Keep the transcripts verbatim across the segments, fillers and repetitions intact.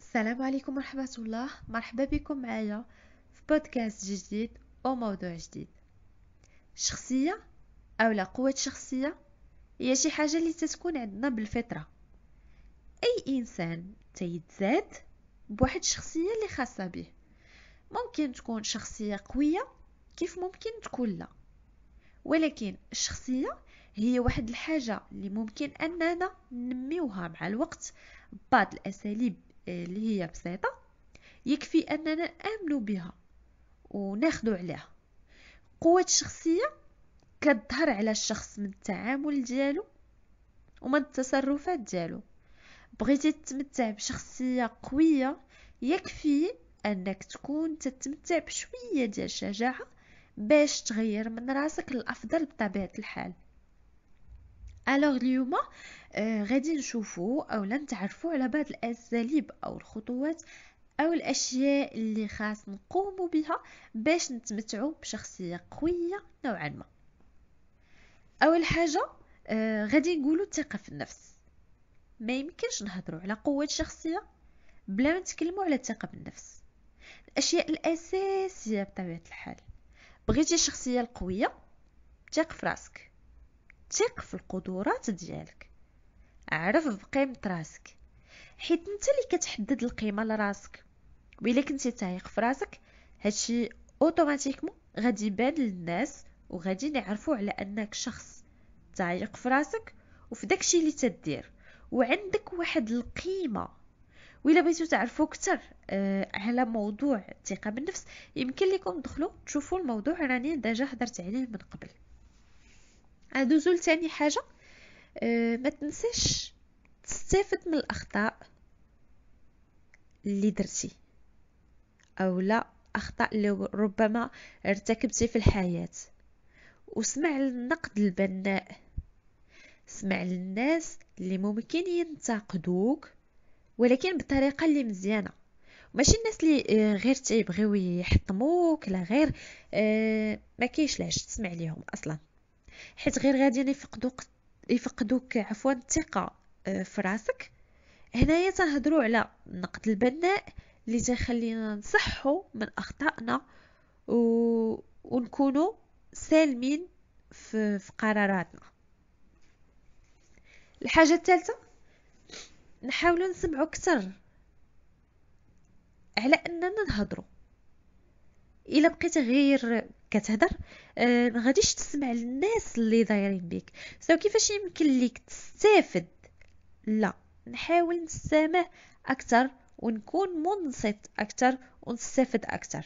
السلام عليكم ورحمة الله. مرحبا بكم معايا في بودكاست جديد أو موضوع جديد. الشخصية أو لا قوة الشخصية هي شي حاجة اللي تتكون عندنا بالفطرة. أي إنسان تيتزاد بواحد الشخصية اللي خاصة به. ممكن تكون شخصية قوية كيف ممكن تكون لا، ولكن الشخصية هي واحد الحاجة اللي ممكن أننا ننميوها مع الوقت ببعض الأساليب اللي هي بسيطة، يكفي أننا نآمنوا بها وناخدوا عليها. قوة الشخصية كتظهر على الشخص من التعامل ديالو ومن التصرفات ديالو. بغيتي تتمتع بشخصية قوية، يكفي أنك تكون تتمتع بشوية ديال الشجاعة باش تغير من راسك للأفضل بطبيعة الحال. الوغ اليوم آه غادي نشوفوا او نتعرفوا على بعض الاساليب او الخطوات او الاشياء اللي خاص نقوموا بها باش نتمتعوا بشخصيه قويه نوعا ما. اول حاجه آه غادي نقولوا الثقه في النفس. ما يمكنش نهضروا على قوه الشخصيه بلا ما نتكلموا على الثقه بالنفس. الاشياء الاساسيه بطبيعه الحال. بغيتي الشخصيه القويه، ثق في راسك، ثق في القدرات ديالك، عرف بقيمة راسك، حيت انت اللي كتحدد القيمة لراسك. وإلا كنتي تايق في راسك، هادشي اوتوماتيكمون غادي يبان للناس وغادي يعرفوا على انك شخص تايق في راسك وفي داكشي اللي تدير وعندك واحد القيمة. وإلا بغيتو تعرفوا اكثر آه على موضوع الثقة بالنفس، يمكن لكم تدخلوا تشوفوا الموضوع راني ديجا هضرت عليه من قبل. ادوزو لثاني حاجة. أه ما تنساش تستافد من الاخطاء اللي درتي او لا اخطاء اللي ربما ارتكبتي في الحياة، واسمع النقد البناء. اسمع للناس اللي ممكن ينتقدوك ولكن بطريقة اللي مزيانة، ماشي الناس اللي غير تيبغيو يحطموك، لا غير أه ما كاينش لاش تسمع ليهم اصلا، حيت غير غادي يفقدوك يفقدوك عفوا الثقة في راسك. هنايا تنهضروا على النقد البناء اللي تخلينا نصحوا من اخطائنا و... ونكونوا سالمين في... في قراراتنا. الحاجه الثالثه، نحاولوا نسمعوا اكثر على اننا نهضروا. الا بقيت غير كتهضر آه غاديش تسمع للناس اللي دايرين بك. سو كيفاش يمكن ليك تستافد؟ لا، نحاول نستمع اكثر ونكون منصت اكثر ونستفد اكثر.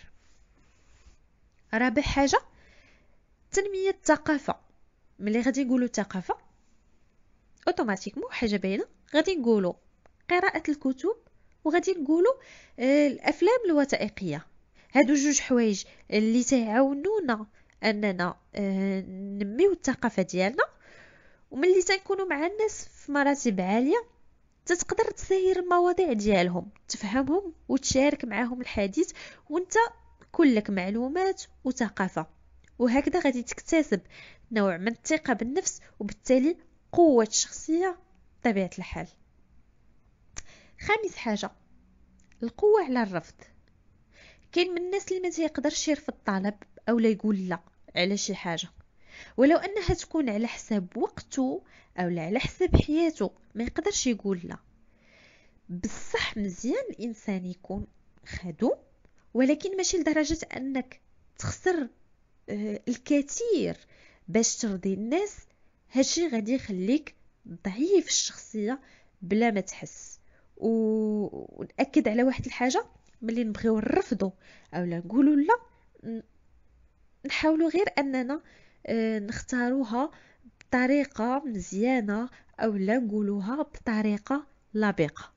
رابع حاجه، تنميه الثقافه. ملي غادي نقولوا ثقافه اوتوماتيكمون حاجه باينه، غادي نقولوا قراءه الكتب وغادي نقولوا آه الافلام الوثائقيه. هادو جوج حوايج اللي تعاونونا اننا آه ننميو الثقافه ديالنا. وملي تنكونوا مع الناس في مراتب عاليه تتقدر تسير المواضيع ديالهم، تفهمهم وتشارك معهم الحديث، وانت كلك معلومات وثقافة، وهكذا غادي تكتسب نوع من الثقة بالنفس وبالتالي قوة الشخصية طبيعة الحال. خامس حاجة، القوة على الرفض. كاين من الناس اللي ما تيقدرش يرفض الطلب او لا يقول لا على شي حاجة، ولو انها تكون على حساب وقته او لا على حساب حياته ما يقدرش يقول لا. بصح مزيان الانسان يكون خدوم، ولكن ماشي لدرجة انك تخسر الكثير باش ترضي الناس. هادشي غادي يخليك ضعيف الشخصية بلا ما تحس. ونأكد على واحد الحاجة، ملي نبغيو نرفضوا او لا نقولوا لا، نحاولوا غير اننا نختاروها بطريقة مزيانة او لا نقولوها بطريقة لبقة.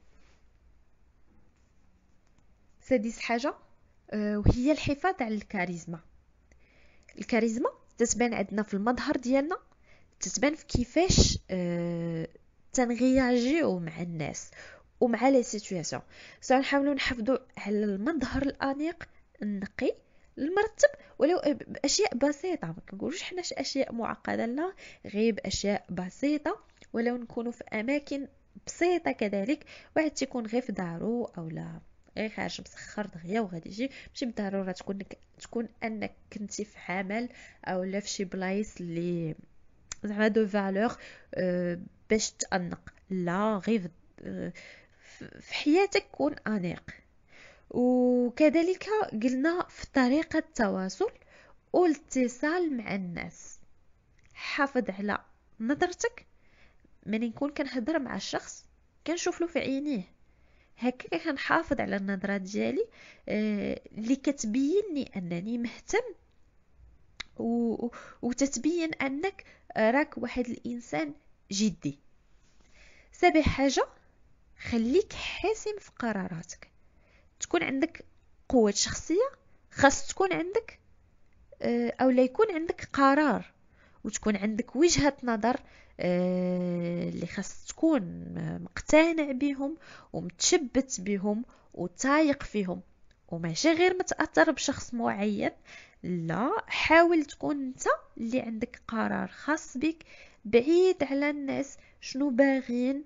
سادس حاجة وهي الحفاظ على الكاريزما. الكاريزما تتبان عندنا في المظهر ديالنا، تتبان في كيفاش آه تنغياجيو مع الناس ومع لي سيتوياسيون. سواء نحاولوا نحافظوا على المظهر الانيق النقي المرتب ولو باشياء بسيطه، ما كنقولوش حناش اشياء معقده، لا غير باشياء بسيطه، ولو نكونوا في اماكن بسيطه كذلك. واحد تيكون غير في دارو او لا غير خارج مسخر دغيا وغادي يجي، ماشي بالضروره تكون تكون انك كنتي في عمل او لا في شي بلايص اللي زعما دو فالور أه باش تأنق، لا غير أه في حياتك كون انيق. وكذلك قلنا في طريقه التواصل والاتصال مع الناس، حافظ على نظرتك. ملي نكون كنهضر مع الشخص كنشوف له في عينيه، هكا كنحافظ على النظره ديالي آه، اللي كتبينني انني مهتم و... وتتبين انك راك واحد الانسان جدي. سابع حاجه، خليك حاسم في قراراتك. تكون عندك قوه شخصيه، خاص تكون عندك آه، او لا يكون عندك قرار، وتكون عندك وجهة نظر آه، اللي خاص تكون مقتنع بهم ومتشبت بهم وتايق فيهم، وماشي غير متأثر بشخص معين. لا، حاول تكون انت اللي عندك قرار خاص بك، بعيد على الناس شنو باغين.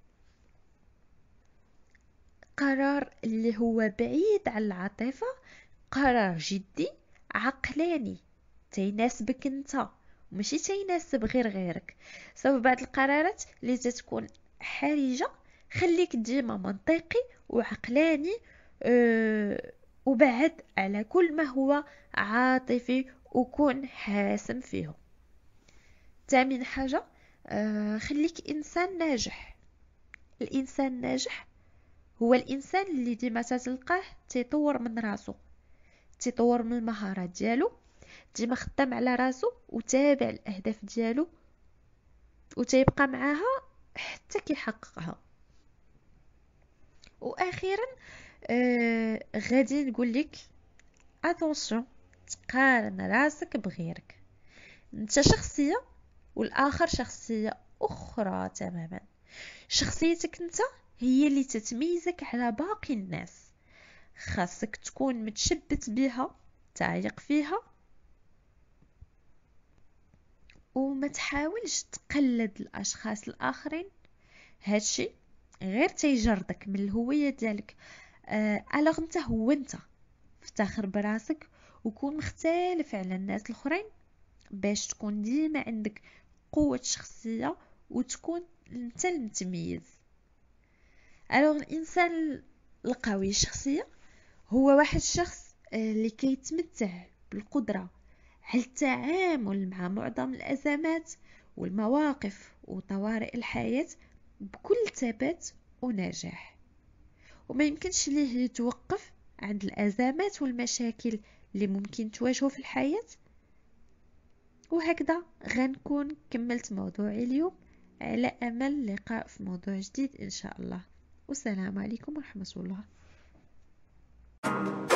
قرار اللي هو بعيد عن العاطفة، قرار جدي عقلاني تيناسبك انت وماشي تيناسب غير غيرك. صافي بعض القرارات اللي تتكون حرجة خليك ديما منطقي وعقلاني، أه وبعد على كل ما هو عاطفي وكون حاسم فيه. تامن حاجة، أه خليك إنسان ناجح. الإنسان الناجح هو الإنسان اللي ديما تتلقاه تيطور من راسو، تطور من المهارات ديالو، ديما خدام على راسو وتابع الاهداف ديالو وتيبقى معاها حتى كيحققها. واخيرا آه غادي نقول لك اتونسيون، تقارن راسك بغيرك. انت شخصيه والاخر شخصيه اخرى تماما. شخصيتك انت هي اللي تتميزك على باقي الناس، خاصك تكون متشبت بها، تعيق فيها، وما تحاولش تقلد الاشخاص الاخرين. هادشي غير تيجردك من الهويه ديالك. آه الوغ انت هو انت، افتخر براسك وكون مختلف على الناس الاخرين باش تكون ديما عندك قوه شخصيه وتكون انت المتميز. الوغ الانسان القوي الشخصيه هو واحد الشخص اللي كيتمتع بالقدره على التعامل مع معظم الأزمات والمواقف وطوارئ الحياة بكل ثبات ونجاح، وما يمكنش ليه يتوقف عند الأزمات والمشاكل اللي ممكن تواجهه في الحياة. وهكذا غنكون كملت موضوعي اليوم، على أمل لقاء في موضوع جديد إن شاء الله. والسلام عليكم ورحمة الله.